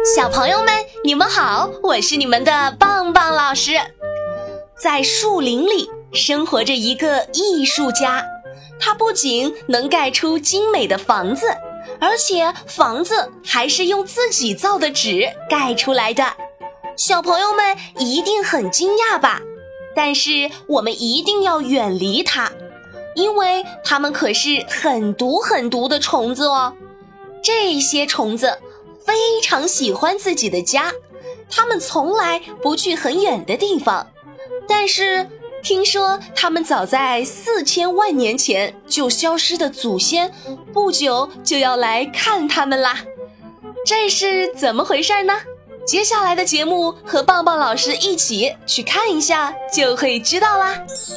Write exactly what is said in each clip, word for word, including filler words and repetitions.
小朋友们，你们好，我是你们的棒棒老师。在树林里生活着一个艺术家，他不仅能盖出精美的房子，而且房子还是用自己造的纸盖出来的。小朋友们一定很惊讶吧？但是我们一定要远离它，因为它们可是很毒很毒的虫子哦。这些虫子非常喜欢自己的家，它们从来不去很远的地方。但是听说他们早在四千万年前就消失的祖先，不久就要来看他们啦。这是怎么回事呢？接下来的节目和棒棒老师一起去看一下，就会知道啦。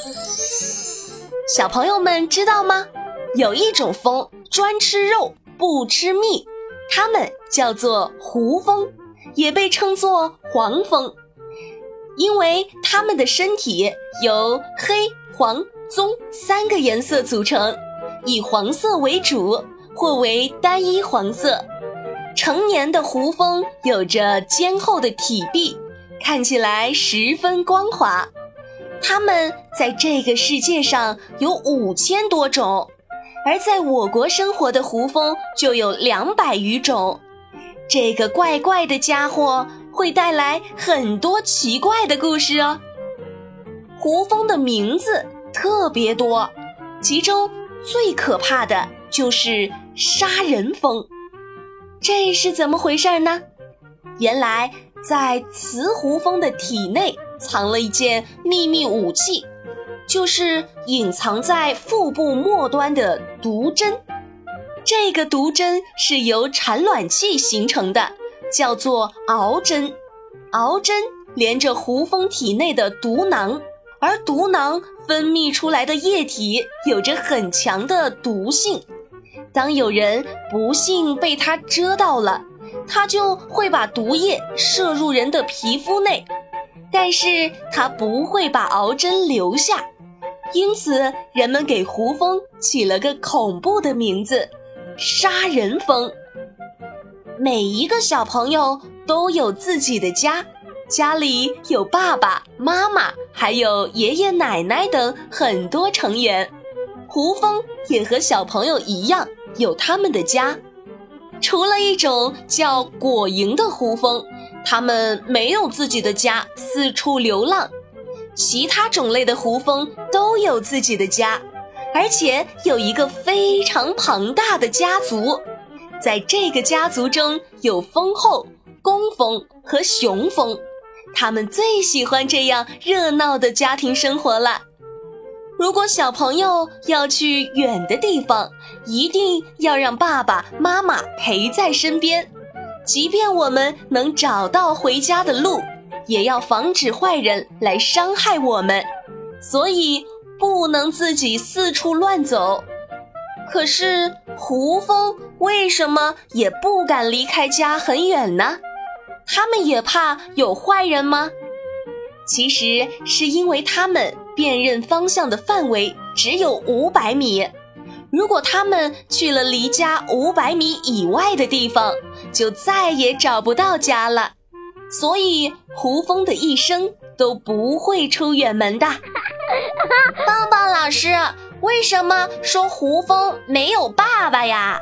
小朋友们知道吗？有一种蜂专吃肉不吃蜜，它们叫做胡蜂，也被称作黄蜂。因为它们的身体由黑、黄、棕三个颜色组成，以黄色为主，或为单一黄色。成年的胡蜂有着坚厚的体壁，看起来十分光滑。它们在这个世界上有五千多种，而在我国生活的胡蜂就有两百余种。这个怪怪的家伙会带来很多奇怪的故事哦。胡蜂的名字特别多，其中最可怕的就是杀人蜂。这是怎么回事呢？原来在雌胡蜂的体内藏了一件秘密武器，就是隐藏在腹部末端的毒针。这个毒针是由产卵器形成的，叫做螯针。螯针连着胡蜂体内的毒囊，而毒囊分泌出来的液体有着很强的毒性。当有人不幸被它蛰到了，它就会把毒液射入人的皮肤内，但是它不会把螯针留下，因此人们给胡蜂起了个恐怖的名字——杀人蜂。每一个小朋友都有自己的家，家里有爸爸妈妈，还有爷爷奶奶等很多成员。胡蜂也和小朋友一样有他们的家。除了一种叫果蝇的胡蜂，它们没有自己的家，四处流浪。其他种类的胡蜂都有自己的家，而且有一个非常庞大的家族。在这个家族中有蜂后、工蜂和雄蜂，他们最喜欢这样热闹的家庭生活了。如果小朋友要去远的地方，一定要让爸爸妈妈陪在身边，即便我们能找到回家的路，也要防止坏人来伤害我们，所以不能自己四处乱走。可是胡蜂为什么也不敢离开家很远呢？他们也怕有坏人吗？其实是因为他们辨认方向的范围只有五百米，如果他们去了离家五百米以外的地方，就再也找不到家了。所以胡蜂的一生都不会出远门的。棒棒老师，为什么说胡蜂没有爸爸呀？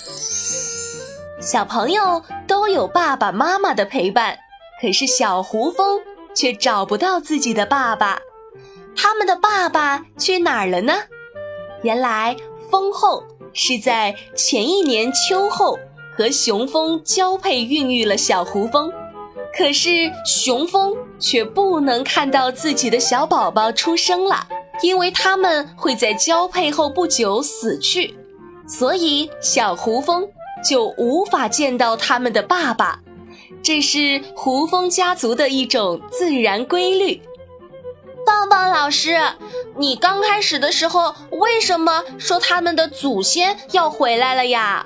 小朋友都有爸爸妈妈的陪伴，可是小胡蜂却找不到自己的爸爸。他们的爸爸去哪儿了呢？原来蜂后是在前一年秋后和雄蜂交配孕育了小胡蜂，可是雄蜂却不能看到自己的小宝宝出生了，因为它们会在交配后不久死去，所以小胡蜂就无法见到他们的爸爸。这是胡蜂家族的一种自然规律。棒棒老师，你刚开始的时候为什么说他们的祖先要回来了呀？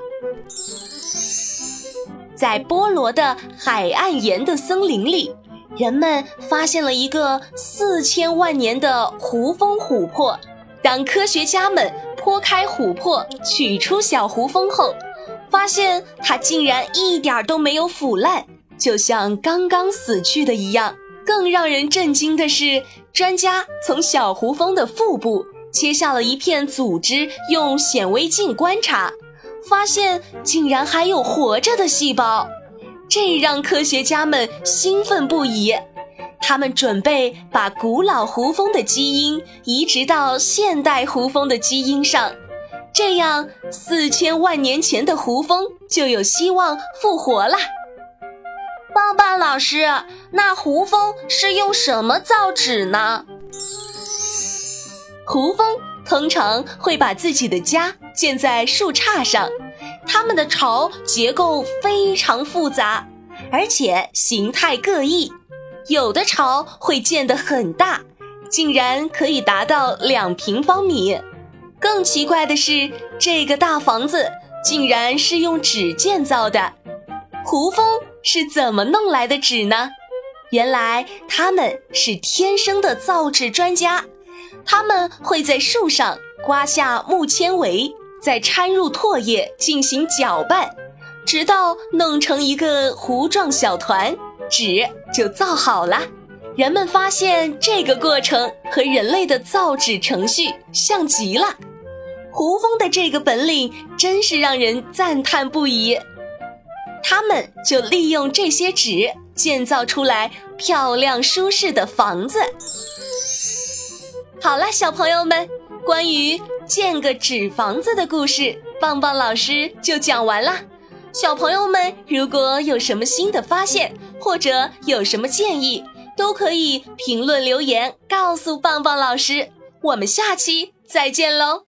在波罗的海岸沿的森林里，人们发现了一个四千万年的胡蜂琥珀。当科学家们剖开琥珀，取出小胡蜂后，发现它竟然一点都没有腐烂， 就像刚刚死去的一样。更让人震惊的是，专家从小胡蜂的腹部切下了一片组织，用显微镜观察，发现竟然还有活着的细胞，这让科学家们兴奋不已。他们准备把古老胡蜂的基因移植到现代胡蜂的基因上，这样四千万年前的胡蜂就有希望复活啦。 棒棒老师，那胡蜂是用什么造纸呢？ 胡蜂通常会把自己的家建在树杈上，它们的巢结构非常复杂，而且形态各异。有的巢会建得很大，竟然可以达到两平方米。更奇怪的是，这个大房子竟然是用纸建造的。胡蜂是怎么弄来的纸呢？原来它们是天生的造纸专家，它们会在树上刮下木纤维，再掺入唾液进行搅拌，直到弄成一个糊状小团，纸就造好了。人们发现这个过程和人类的造纸程序像极了。胡蜂的这个本领真是让人赞叹不已。他们就利用这些纸建造出来漂亮舒适的房子。好了，小朋友们，关于建个纸房子的故事，棒棒老师就讲完啦。小朋友们如果有什么新的发现，或者有什么建议，都可以评论留言告诉棒棒老师。我们下期再见喽。